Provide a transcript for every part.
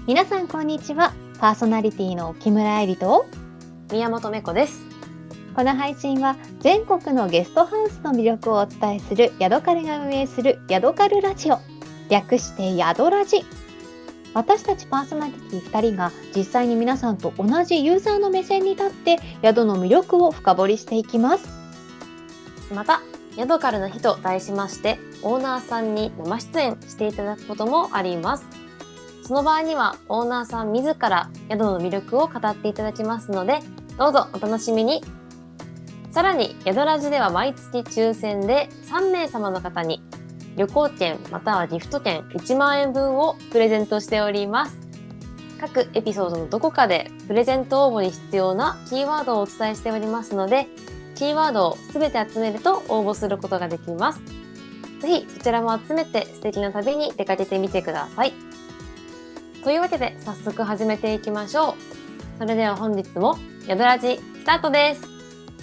皆さんこんにちは。パーソナリティの木村愛理と宮本芽子です。 この配信は全国のゲストハウスの魅力をお伝えするヤドカルが運営するヤドカルラジオ、略してヤドラジ。私たちパーソナリティ2人が実際に皆さんと同じユーザーの目線に立って宿の魅力を深掘りしていきます。 またヤドカルの日と題しましてオーナーさんに生出演していただくこともあります。その場合にはオーナーさん自ら宿の魅力を語っていただきますので、どうぞお楽しみに。さらにヤドラジでは毎月抽選で3名様の方に旅行券またはギフト券1万円分をプレゼントしております。各エピソードのどこかでプレゼント応募に必要なキーワードをお伝えしておりますので、キーワードをすべて集めると応募することができます。ぜひそちらも集めて素敵な旅に出かけてみてください。というわけで早速始めていきましょう。それでは本日もヤドラジスタートです。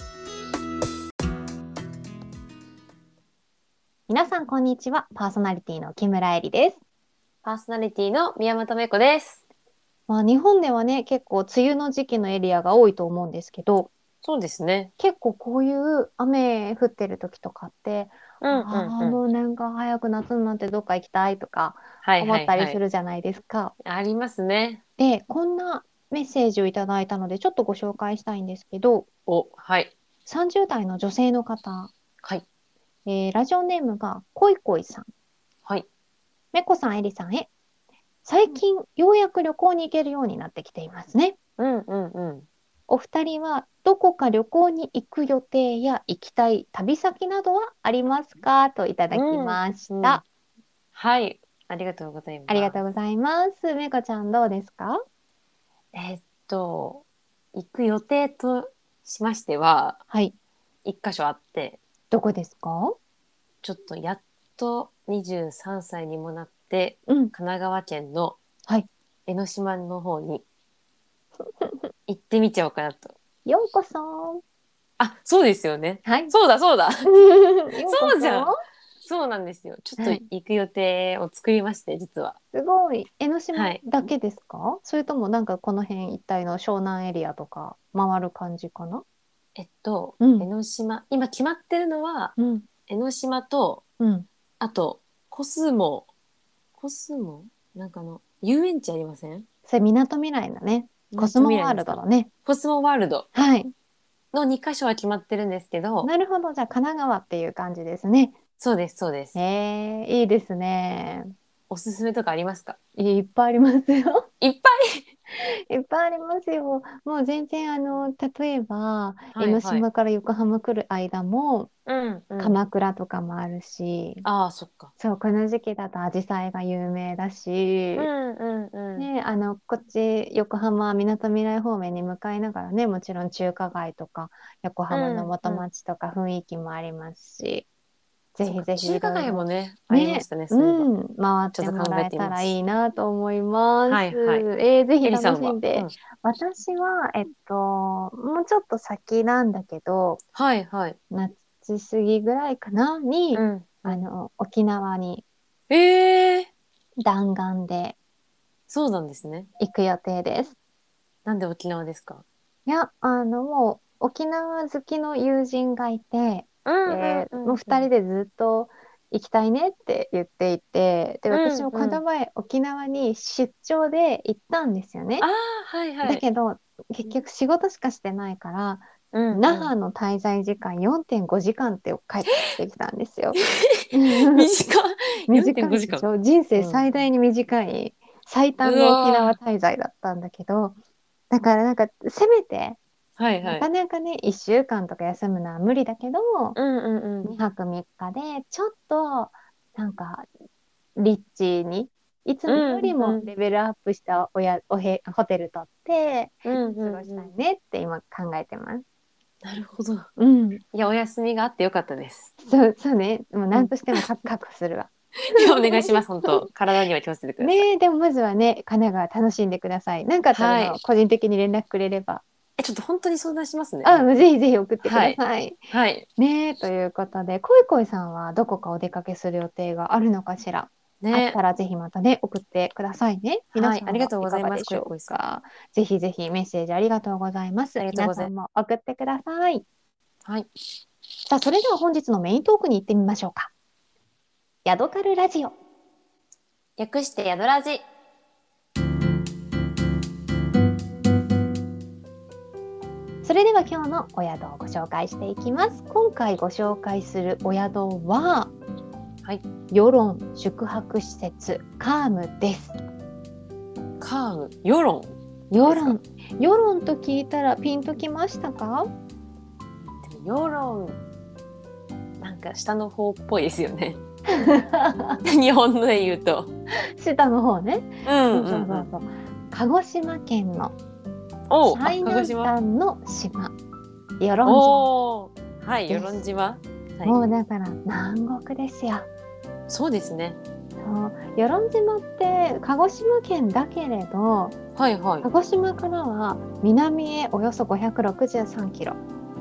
皆さんこんにちは。パーソナリティの木村愛理です。 パーソナリティの宮本芽子です。 日本ではね、結構梅雨の時期のエリアが多いと思うんですけど、 そうですね。 結構こういう雨降ってる時とかって、もうなんか早く夏になってどっか行きたいとか思ったりするじゃないですか。 ありますね。 で、こんなメッセージをいただいたのでちょっとご紹介したいんですけど、 はい。 30代の女性の方、 はい。 ラジオネームがこいこいさん。 はい。 めこさん、えりさんへ。最近ようやく旅行に行けるようになってきていますね。お二人はどこか旅行に行く予定や行きたい旅先などはありますかといただきました。 はい。ありがとうございます。 ありがとうございます。めこちゃんどうですか？ 行く予定としましては、 はい。 一箇所あって。 どこですか？ ちょっとやっと23歳にもなって、神奈川県の江ノ島の方に行ってみちゃおうかなと。 ようこそ。 あ、そうですよね。 はい。 そうだ。そうじゃん。そうなんですよ。ちょっと行く予定を作りまして、実は。 すごい。江ノ島だけですか？それともなんかこの辺一帯の湘南エリアとか回る感じかな？ 江ノ島、今決まってるのは、江ノ島と、あと、コスモなんか遊園地ありません？ それ港未来だね。コスモワールドだね。 コスモワールド。 はい。 の2カ所は決まってるんですけど。 なるほど。じゃあ神奈川っていう感じですね。 そうです、そうです。 いいですね。 おすすめとかありますか？ いっぱいありますよ。 いっぱいっぱいありますよ。もう全然例えば、江ノ島から横浜来る間も、鎌倉とかもあるし、 そっか。 そう、この時期だと紫陽花が有名だし、ね、こっち横浜みなとみらい方面に向かいながらね、もちろん中華街とか横浜の元町とか雰囲気もありますし、ぜひぜひ中華街もね、ありましたね。 回ってもらえたらいいなと思います。ぜひ楽しんで。私はもうちょっと先なんだけど、夏過ぎぐらいかなに、沖縄に弾丸でそうなんですね。 行く予定です。 なんで沖縄ですか？ いや、もう沖縄好きの友人がいて、もう2人でずっと行きたいねって言っていて、で、私もこの前沖縄に出張で行ったんですよね。だけど、結局仕事しかしてないから、那覇の滞在時間4.5時間って帰ってきたんですよ。短いでしょ？人生最大に短い最短の沖縄滞在だったんだけど、だからなんかせめて、なかなかね1週間とか休むのは無理だけど、2泊3日でちょっとなんかリッチにいつもよりもレベルアップしたホテル取って過ごしたいねって今考えてます。 なるほど。いや、お休みがあってよかったです。 そうね。もう何としても確保するわ。 いや、お願いします。本当。体には気をつけてください。 ね、でもまずはね、神奈川楽しんでください。なんかあったら個人的に連絡くれれば。 ちょっと本当に相談しますね。 ぜひぜひ送ってください。 はい。 ね、ということで、こいこいさんはどこかお出かけする予定があるのかしら？ あったらぜひまたね、送ってくださいね。皆さんありがとうございます。 いかがでしょうか。ぜひぜひメッセージありがとうございます。皆さんも送ってください。 はい。 さあ、それでは本日のメイントークに行ってみましょうか。ヤドカルラジオ。 略してヤドラジ。 それでは今日のお宿をご紹介していきます。今回ご紹介するお宿は、 はい、 ヨロン宿泊施設カームです。 カーム、ヨロン。 ヨロンと聞いたらピンときましたか？ でもヨロン、なんか下の方っぽいですよね。日本ので言うと。 下の方ね。 そう。 鹿児島県の最南端の島、与論島。 はい、与論島。 もうだから南国ですよ。 そうですね。 与論島って鹿児島県だけれど、鹿児島からは南へおよそ563キロ。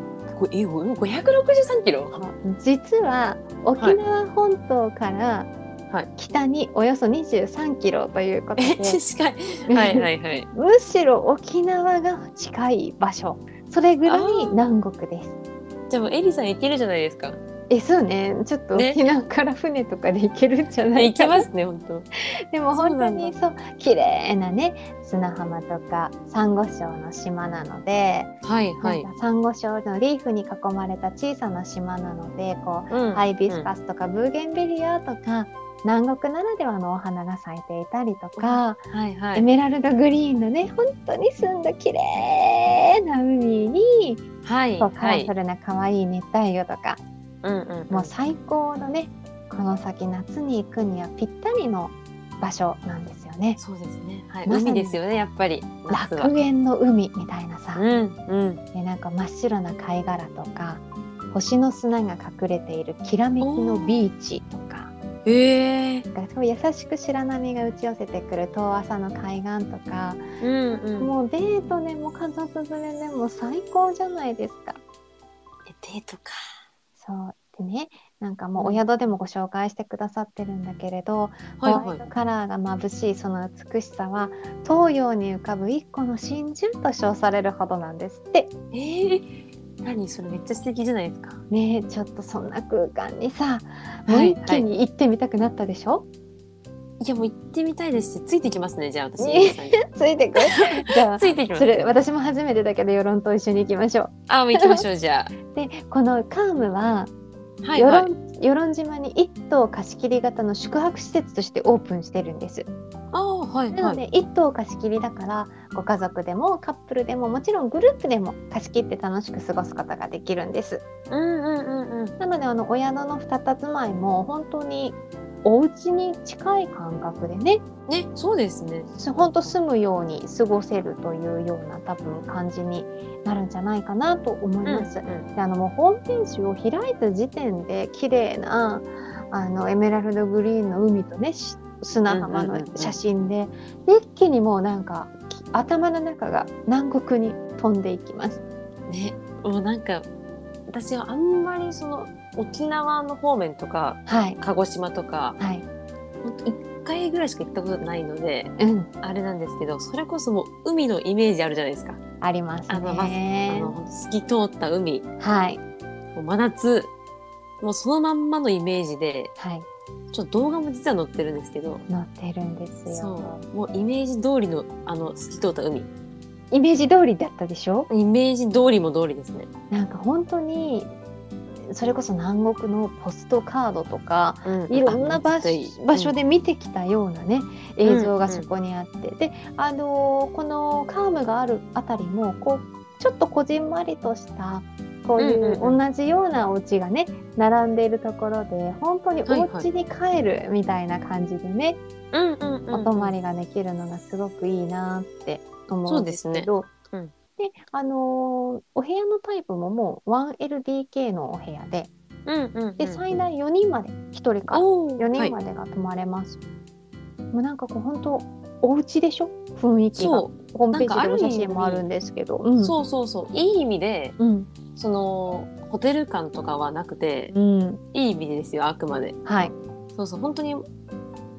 563キロ？ 実は沖縄本島から北におよそ23キロということで、 近い。 むしろ沖縄が近い場所、それぐらい南国です。 じゃあもうエリさん行けるじゃないですか。 そうね、ちょっと沖縄から船とかで行けるんじゃないかな。行けますね、本当。 でも本当にそう綺麗なね、砂浜とかサンゴ礁の島なので、なんかサンゴ礁のリーフに囲まれた小さな島なので、こう、ハイビスカスとかブーゲンビリアとか南国ならではのお花が咲いていたりとか、エメラルドグリーンのね、本当に澄んだ綺麗な海に、こうカラフルな可愛い熱帯魚とか、もう最高のね、この先夏に行くにはぴったりの場所なんですよね。 そうですね。海ですよね、やっぱり。 楽園の海みたいなさ、でなんか真っ白な貝殻とか星の砂が隠れているきらめきのビーチとか、そう優しく白波が打ち寄せてくる遠浅の海岸とか、もうデートでも家族連れでも最高じゃないですか。 デートか。 そうでね、なんかもうお宿でもご紹介してくださってるんだけれど、ホワイトカラーが眩しいその美しさは東洋に浮かぶ一個の真珠と称されるほどなんですって。 何それめっちゃ素敵じゃないですか。 ね、ちょっとそんな空間にさ、もう一気に行ってみたくなったでしょ？ いやもう行ってみたいですし、ついてきますね。じゃあ私ついてくる。じゃあついてきます。 それ私も初めてだけど与論と一緒に行きましょう。 もう行きましょう。じゃあでこのカームは与論島に一棟貸し切り型の宿泊施設としてオープンしてるんです。なので一棟貸し切りだからご家族でもカップルでももちろんグループでも貸し切って楽しく過ごすことができるんです。なのでお宿の2たつまいも本当にお家に近い感覚でね。 そうですね。 本当住むように過ごせるというような多分感じになるんじゃないかなと思います。でもうホームページを開いた時点で綺麗なエメラルドグリーンの海とね砂浜の写真で、一気にもうなんか頭の中が南国に飛んでいきますね。もうなんか私はあんまりその沖縄の方面とか、鹿児島とか、ほんと1回ぐらいしか行ったことないので、あれなんですけど、それこそもう海のイメージあるじゃないですか。 ありますね。 透き通った海、もう真夏、もうそのまんまのイメージで、ちょっと動画も実は載ってるんですけど、 載ってるんですよ。 もうイメージ通りの透き通った海。 イメージ通りだったでしょ？ イメージ通りも通りですね。 なんか本当にそれこそ南国のポストカードとか、いろんな場所で見てきたようなね、映像がそこにあって、でこのカームがあるあたりもこうちょっとこじんまりとしたこういう同じようなお家がね並んでいるところで、本当にお家に帰るみたいな感じでね、お泊まりができるのがすごくいいなって思うんですけど、でお部屋のタイプももう 1LDK のお部屋で、で最大4人まで1人から4人までが泊まれます。もうなんかこう本当お家でしょ、雰囲気が。ホームページでも写真もあるんですけど、 いい意味で、そのホテル感とかはなくて、いい意味ですよ、あくまで。本当に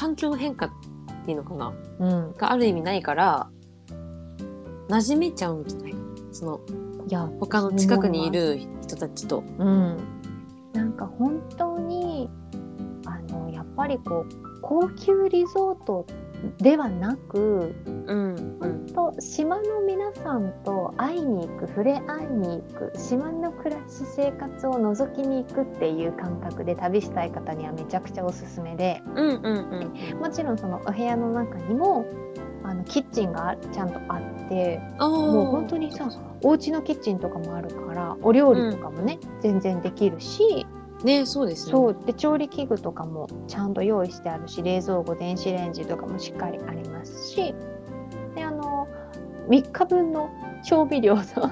環境の変化っていうのかな、 がある意味ないから馴染めちゃうんじゃないかな、その他の近くにいる人たちと。 なんか本当にやっぱりこう高級リゾートではなく、本当島の皆さんと会いに行く、触れ合いに行く、島の暮らし生活を覗きに行くっていう感覚で旅したい方にはめちゃくちゃおすすめで、もちろんそのお部屋の中にもキッチンがちゃんとあって、もう本当にさ、お家のキッチンとかもあるからお料理とかもね、全然できるし、 そうですね。 そうで、調理器具とかもちゃんと用意してあるし、冷蔵庫、電子レンジとかもしっかりありますし、で3日分の調味料と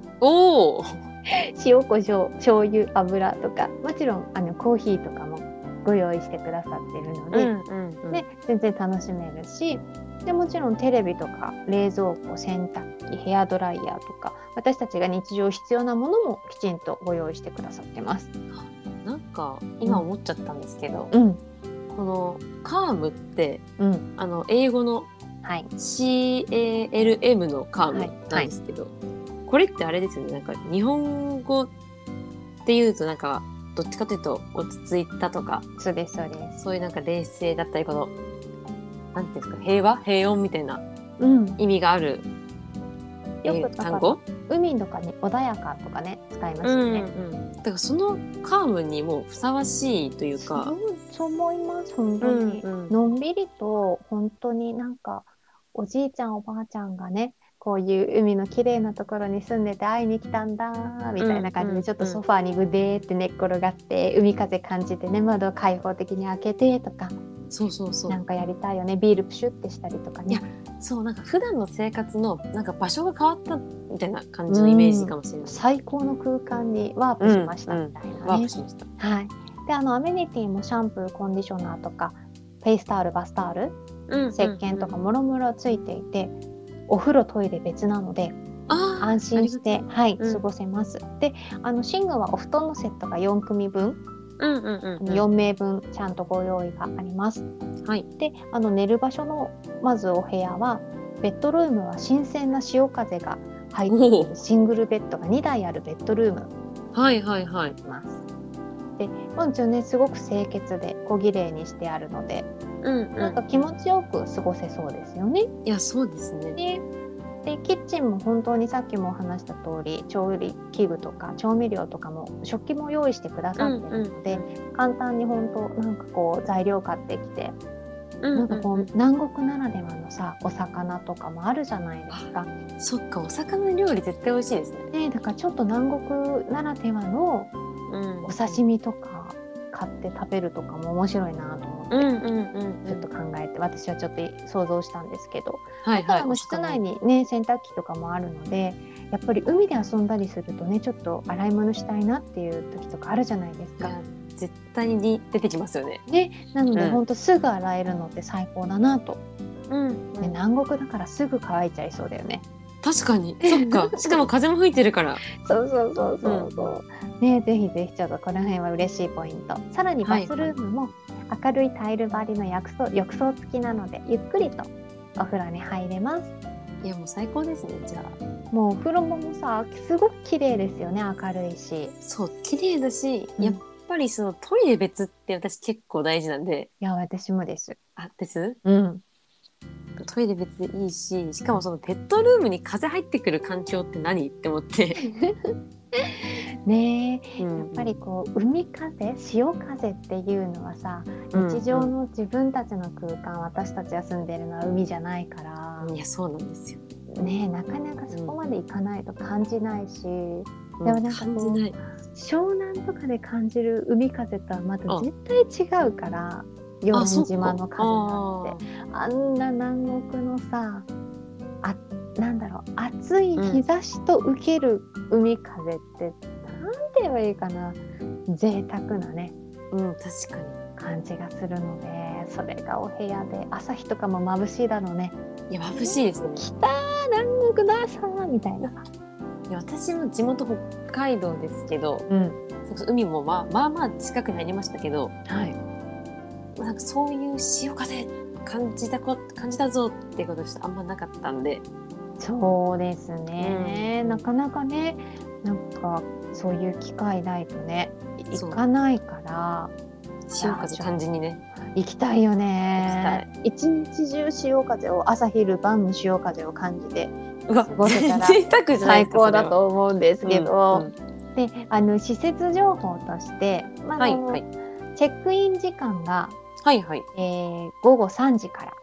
塩コショウ、醤油、油とか、もちろんコーヒーとかもご用意してくださっているので、で全然楽しめるし、でもちろんテレビとか冷蔵庫、洗濯機、ヘアドライヤーとか、私たちが日常必要なものもきちんとご用意してくださってます。 なんか今思っちゃったんですけど、このカームって、英語の CALM のカームなんですけど、これってあれですよね、なんか日本語っていうとなんかどっちかというと落ち着いたとか、 そうですそうです、 そういうなんか冷静だったり、このなんていうんですか、平和平穏みたいな意味がある、単語、 海とかに穏やかとかね、使いますよね。 だからそのカームにもふさわしいというか、 そう思います。本当に、のんびりと、本当になんかおじいちゃんおばあちゃんがね、こういう海の綺麗なところに住んでて会いに来たんだみたいな感じで、ちょっとソファーにぐでーって寝っ転がって海風感じてね、窓を開放的に開けてとか、なんかやりたいよね。ビールプシュってしたりとかね。 いや、そうなんか普段の生活のなんか場所が変わったみたいな感じのイメージかもしれない。 最高の空間にワープしましたみたいなね。 ワープしました。 はい。でアメニティもシャンプー、コンディショナーとかフェイスタオル、バスタオル、石鹸とかもろもろついていて、お風呂、トイレ別なので安心して、過ごせます。で寝具はお布団のセットが4組分、4名分ちゃんとご用意があります。で寝る場所のまずお部屋は、ベッドルームは新鮮な潮風が入っているシングルベッドが2台あるベッドルームます。でもちろんね、すごく清潔で小綺麗にしてあるので、なんか気持ちよく過ごせそうですよね。 いや、そうですね。 でキッチンも本当にさっきも話した通り、調理器具とか調味料とかも食器も用意してくださってるので、簡単に本当なんかこう材料買ってきて、なんかこう南国ならではのさ、お魚とかもあるじゃないですか。 そっか、お魚料理絶対美味しいですね。 だからちょっと南国ならではのお刺身とか買って食べるとかも面白いなと思って、ちょっと考えて、私はちょっと想像したんですけど、室内にね洗濯機とかもあるので、やっぱり海で遊んだりするとね、ちょっと洗い物したいなっていう時とかあるじゃないですか。 絶対に出てきますよね。 なので本当すぐ洗えるのって最高だなと。南国だからすぐ乾いちゃいそうだよね。 確かに、そっか。しかも風も吹いてるから。 そうね、ぜひぜひちょっとこの辺は嬉しいポイント。さらにバスルームも明るいタイル張りの浴槽付きなので、ゆっくりとお風呂に入れます。 いや、もう最高ですね。じゃあもうお風呂もさ、すごく綺麗ですよね。明るいし、 そう綺麗だし、やっぱりそのトイレ別って私結構大事なんで。 いや、私もです。 です。トイレ別でいいし、しかもそのベッドルームに風入ってくる環境って何って思ってねえ、やっぱりこう海風、潮風っていうのはさ、日常の自分たちの空間、私たちが住んでるのは海じゃないから。 いや、そうなんですよね。なかなかそこまでいかないと感じないし、でもなんか感じない。 湘南とかで感じる海風とはまた絶対違うから、与論島の風なんて、あんな南国のさ、なんだろう、暑い日差しと受ける海風って、なんて言えばいいかな、贅沢なね、 確かに感じがするので、それがお部屋で朝日とかも眩しいだろうね。 いや、眩しいですね。 来たー、南国の朝みたいな。 いや、私も地元北海道ですけど、海もまあ近くにありましたけど、 なんかそういう潮風感じたぞってことしてあんまなかったんで。 そうですね、なかなかね、なんかそういう機会ないとね行かないから、 潮風感じにね行きたいよね。一日中潮風を、朝昼晩の潮風を感じて過ごせたら最高だと思うんですけど、で施設情報として、チェックイン時間が、午後3時から、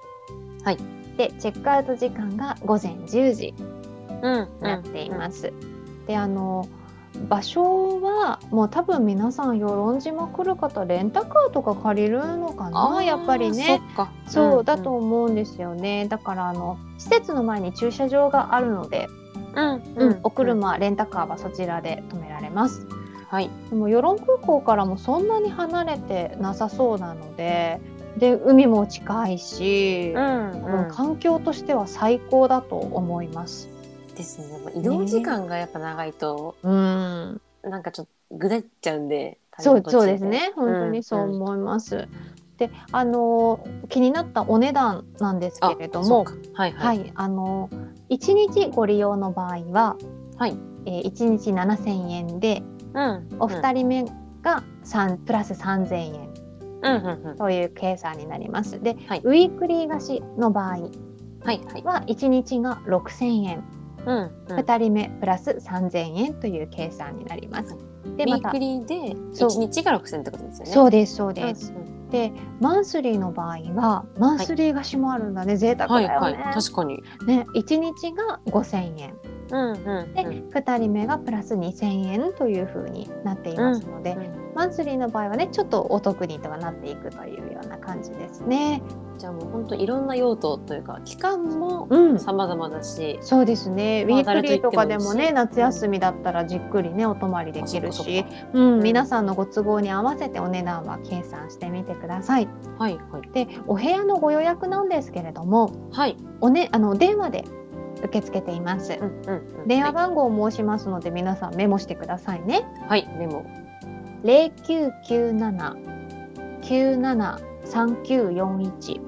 でチェックアウト時間が午前10時になっています。で場所はもう多分皆さん与論島来る方レンタカーとか借りるのかな、やっぱりね。そうだと思うんですよね。だから施設の前に駐車場があるので、お車、レンタカーはそちらで止められます。でも与論空港からもそんなに離れてなさそうなので、海も近いし、環境としては最高だと思いますですね。移動時間がやっぱ長いと、なんかちょっとぐだっちゃうんで。 そうですね、本当にそう思います。で気になったお値段なんですけれども、1日ご利用の場合は、1日7000円で、お二人目がプラス3000円という計算になります。で、ウィークリー貸しの場合は1日が6000円、2人目プラス3000円という計算になります。 で、ウィークリーで1日が6000円ってことですよね。 そうです、そうです。で、マンスリーの場合はマンスリー貸しもあるんだね。贅沢だよね。 確かに。 ね、1日が5000円。で、2人目がプラス2000円という風になっていますので、マンスリーの場合はね、ちょっとお得にとはなっていくというような感じですね。 じゃあもう本当いろんな用途というか期間も様々だし、 そうですね。ウィークリーとかでもね、夏休みだったらじっくりねお泊まりできるし、皆さんのご都合に合わせてお値段は計算してみてください。で、お部屋のご予約なんですけれども、電話で受け付けています。電話番号を申しますので、皆さんメモしてくださいね。 メモ。 0997-973941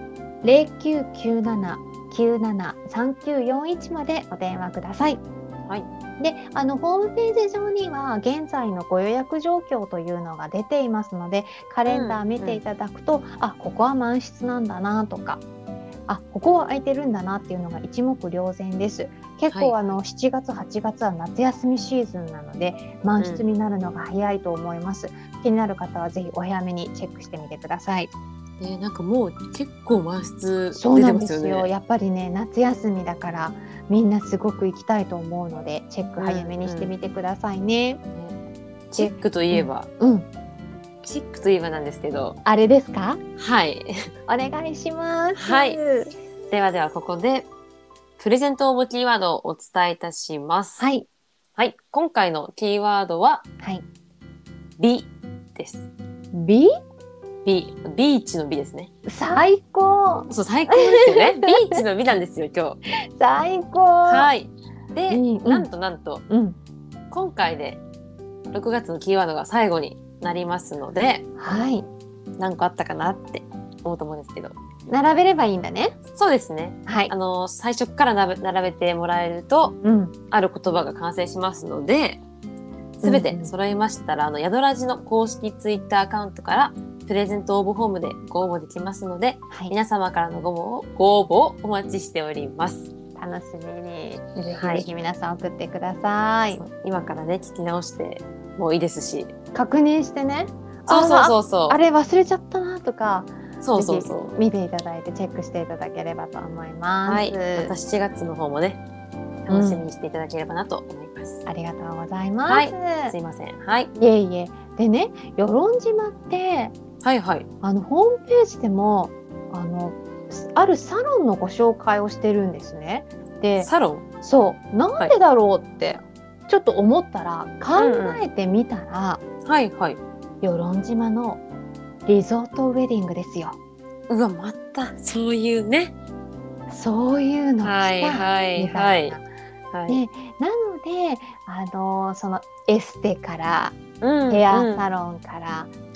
0997-973941までお電話ください。で、ホームページ上には現在のご予約状況というのが出ていますので、カレンダー見ていただくと、ここは満室なんだなとか、ここは空いてるんだなっていうのが一目瞭然です。結構7月8月は夏休みシーズンなので満室になるのが早いと思います。気になる方はぜひお早めにチェックしてみてください。 なんかもう結構満室出てますよね。 そうなんですよ。やっぱりね、夏休みだからみんなすごく行きたいと思うので、チェック早めにしてみてくださいね。 チェックといえば、チェックといえばなんですけど、 あれですか？ お願いします。 ではここでプレゼント応募キーワードをお伝えいたします。今回のキーワードは、美です。 美？ ビーチの美ですね。 最高。 そう、最高ですよね。ビーチの美なんですよ、今日。 最高。 で、なんと、今回で6月のキーワードが最後になりますので、何個あったかなって思うと思うんですけど。 並べればいいんだね。 そうですね。最初から並べてもらえると、ある言葉が完成しますので、すべて揃いましたら、宿ラジの公式ツイッターアカウントからプレゼント応募フォームでご応募できますので、皆様からのご応募をお待ちしております。 楽しみに。ぜひ皆さん送ってください。 今からね、聞き直してもいいですし。 確認してね。 そう。 あれ忘れちゃったなとか。 そう。 見ていただいてチェックしていただければと思います。 また7月の方もね、楽しみにしていただければなと思います。 ありがとうございます。 すいません。いえ。でね、与論島って、ホームページでもあるサロンのご紹介をしてるんですね。で、 サロン？ そう。なんでだろうってちょっと思ったら、考えてみたら、与論島のリゾートウェディングですよ。 またそういうね。 そういうの来たみたいな。なのでそのエステから、ヘアサロンから、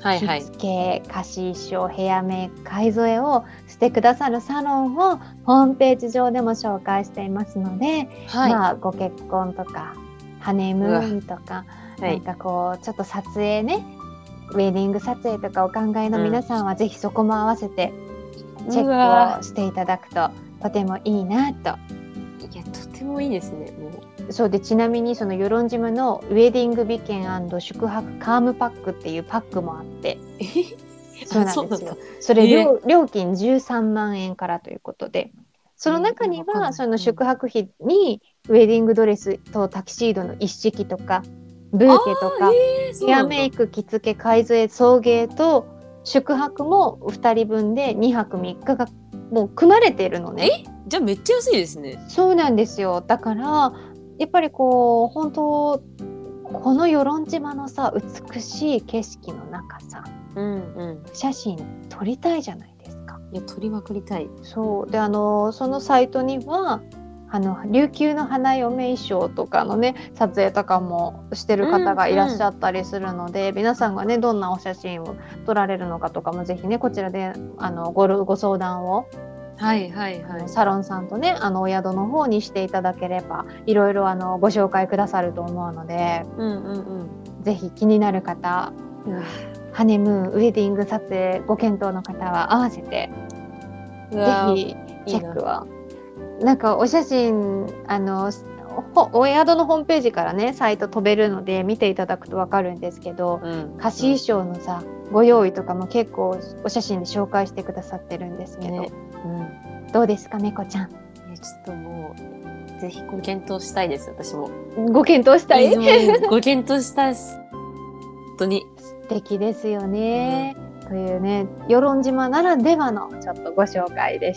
はいはい、 着付け、貸し衣装、ヘアメイク、買い添えをしてくださるサロンをホームページ上でも紹介していますので、まあご結婚とかハネムーンとか、なんかこうちょっと撮影ね、ウェディング撮影とかお考えの皆さんはぜひそこも合わせてチェックをしていただくととてもいいなと。 いや、とてもいいですね。もうそうで、ちなみにその与論島のウェディング美券&宿泊カームパックっていうパックもあって、そうなんですよ。それ料金13万円からということで、その中にはその宿泊費にウェディングドレスとタキシードの一式とかブーケとかヘアメイク、着付け、買い添え、送迎と宿泊も2人分で2泊3日がもう組まれているのね。 じゃあめっちゃ安いですね。 そうなんですよ。だからやっぱりこう本当この与論島のさ美しい景色の中さ、写真撮りたいじゃないですか。 いや、撮りまくりたい。 そうで、そのサイトには琉球の花嫁衣装とかのね撮影とかもしてる方がいらっしゃったりするので、皆さんがねどんなお写真を撮られるのかとかもぜひねこちらでご相談を、サロンさんとねお宿の方にしていただければいろいろご紹介くださると思うので、ぜひ気になる方、ハネムーンウェディング撮影ご検討の方は合わせてぜひチェックを。なんかお写真お宿のホームページからねサイト飛べるので見ていただくと分かるんですけど、貸し衣装のさご用意とかも結構お写真で紹介してくださってるんですけど、どうですか猫ちゃん。 ちょっともうぜひご検討したいです。私もご検討したいご検討したいです。本当に素敵ですよね、というね与論島ならではのちょっとご紹介でした。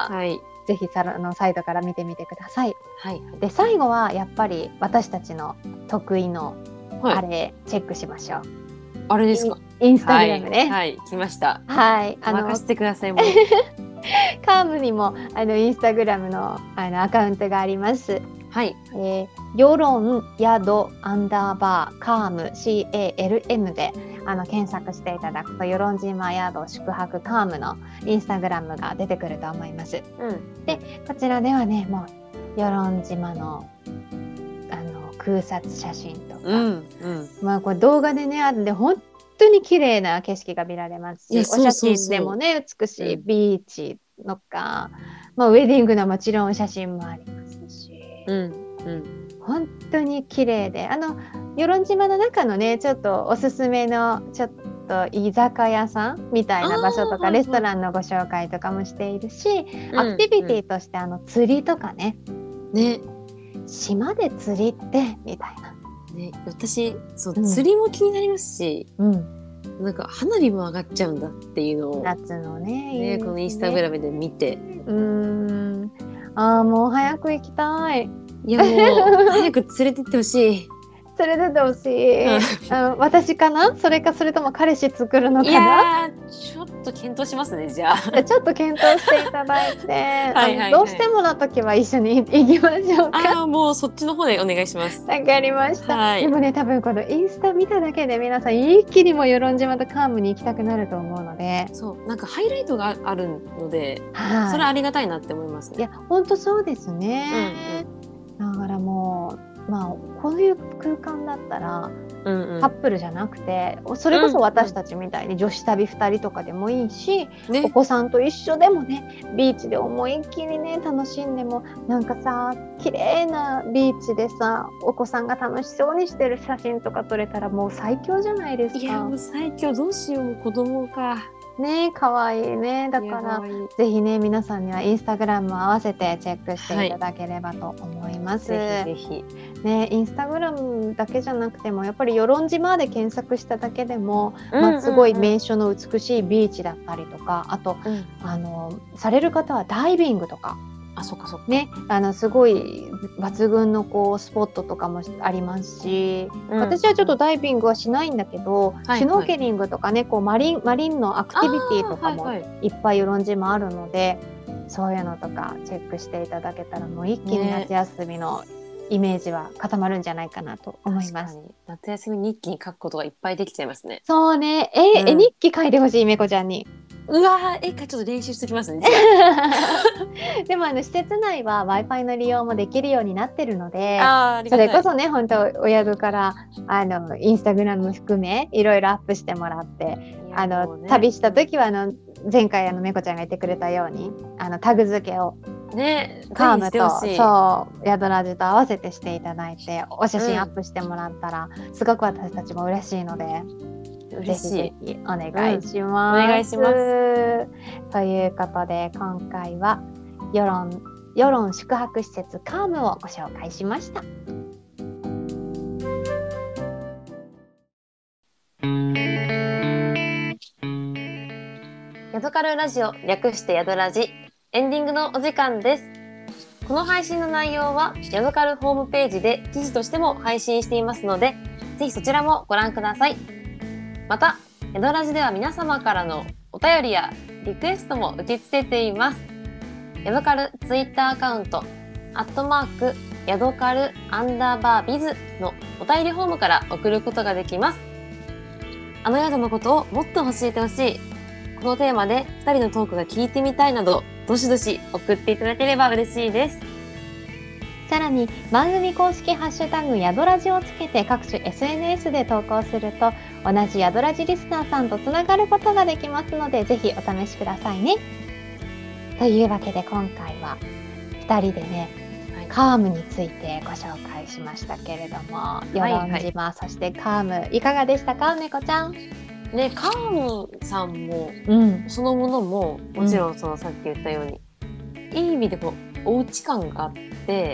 ぜひサイトから見てみてください。で最後はやっぱり私たちの得意のあれチェックしましょう。 あれですか？ インスタグラムね。 来ました。任せてください。もうカームにもインスタグラムのアカウントがあります。与論宿&カーム CALM で検索していただくと与論島宿宿泊カームのインスタグラムが出てくると思います。でこちらではねもう与論島の空撮写真とか、これ動画でねあるんで本当に綺麗な景色が見られますし、お写真でもね美しいビーチとか、ウェディングのもちろん写真もありますし、本当に綺麗で与論島の中のねちょっとおすすめのちょっと居酒屋さんみたいな場所とかレストランのご紹介とかもしているし、アクティビティとして釣りとかね島で釣りってみたいな。 私釣りも気になりますし、なんか花火も上がっちゃうんだっていうのを夏のねこのインスタグラムで見て、 もう早く行きたい。 いやもう早く連れてってほしい。 連れてってほしい。私かな？それとも彼氏作るのかな？ いやちょっと検討しますね。じゃあちょっと検討していただいてどうしてもの時は一緒に行きましょうか。 もうそっちの方でお願いします。 わかりました、でもね多分このインスタ見ただけで皆さん一気にも与論島とカームに行きたくなると思うので、 なんかハイライトがあるので、それありがたいなって思いますね。 いや本当そうですね、だからもうこういう空間だったら、カップルじゃなくてそれこそ私たちみたいに女子旅2人とかでもいいし、お子さんと一緒でもねビーチで思いっきりね楽しんでもなんかさ綺麗なビーチでさお子さんが楽しそうにしてる写真とか撮れたらもう最強じゃないですか。 いやもう最強。どうしよう子供かね可愛いね。だからぜひね皆さんにはインスタグラムを合わせてチェックしていただければと思います。 ぜひね、インスタグラムだけじゃなくてもやっぱり与論島で検索しただけでも、すごい名所の美しいビーチだったりとか、あと、される方はダイビングとかね、すごい抜群のスポットとかもありますし、私はちょっとダイビングはしないんだけど、シュノーケリングとかねマリンのアクティビティとかもいっぱい与論島あるので、そういうのとかチェックしていただけたらもう一気に夏休みのイメージは固まるんじゃないかなと思います。 夏休み日記に書くことがいっぱいできちゃいますね。 そうね。絵日記書いてほしい、めこちゃんに。 うわー、ちょっと練習してきますね。 でも施設内は Wi-Fi の利用もできるようになってるので、 それこそね、本当お宿からインスタグラム含めいろいろアップしてもらって、旅した時は前回めこちゃんが言ってくれたようにタグ付けをね、 カームとそう宿ラジと合わせてしていただいて、お写真アップしてもらったら、すごく私たちも嬉しいので。ぜひぜひお願いします。 お願いします。 ということで今回は世論宿泊施設カームをご紹介しました。 ヤドカルラジオ、略してヤドラジ、エンディングのお時間です。この配信の内容はヤドカルホームページで記事としても配信していますので、ぜひそちらもご覧ください。また、ヤドラジでは皆様からのお便りやリクエストも受け付けています。ヤドカルツイッターアカウント、@ヤドカル_bizのお便りフォームから送ることができます。あの宿のことをもっと教えてほしい、このテーマで2人のトークが聞いてみたいなど、どしどし送っていただければ嬉しいです。 さらに番組公式ハッシュタグヤドラジをつけて各種 SNS で投稿すると、同じヤドラジリスナーさんとつながることができますので、ぜひお試しくださいね。というわけで今回は2人でね、カームについてご紹介しましたけれども、与論島、そしてカームいかがでしたか、めこちゃん。 ね、カームさんも、そのものももちろんさっき言ったように、いい意味でおうち感があって、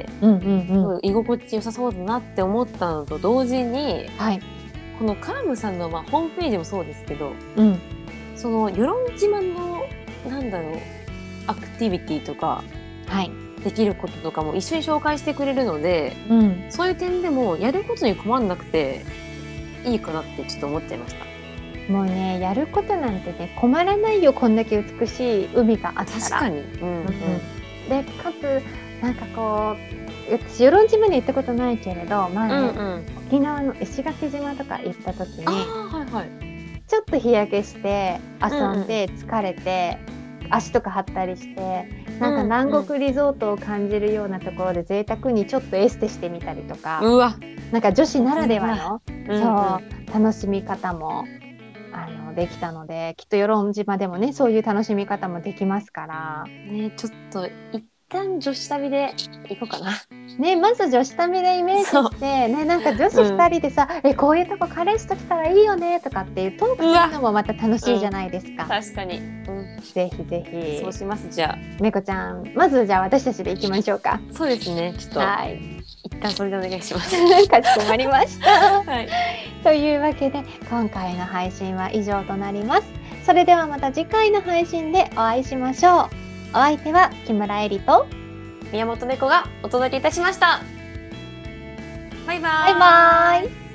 居心地良さそうだなって思ったのと同時に、このカームさんのホームページもそうですけど、その与論島のアクティビティとか、できることとかも一緒に紹介してくれるので、そういう点でもやることに困んなくていいかなってちょっと思っちゃいました。 もうね、やることなんてね、困らないよ、こんだけ美しい海があったら。 確かに。 でかつ私与論島に行ったことないけれど、沖縄の石垣島とか行った時に、ちょっと日焼けして遊んで疲れて、足とか張ったりして、南国リゾートを感じるようなところで贅沢にちょっとエステしてみたりとか、女子ならではの楽しみ方もできたので、きっと与論島でもね、そういう楽しみ方もできますからね。ちょっと一旦女子旅で行こうかな。 ね、まず女子旅でイメージしてね、女子2人でさ、こういうとこ彼氏と来たらいいよねとかっていうトークするのもまた楽しいじゃないですか。 確かに。 ぜひぜひ。 そうします。じゃあめこちゃん、まずじゃあ私たちで行きましょうか。 そうですね。ちょっと一旦それでお願いします。 かしこまりました。というわけで今回の配信は以上となります。それではまた次回の配信でお会いしましょう。お相手は木村えりと宮本猫がお届けいたしました。バイバーイ。 バイバーイ。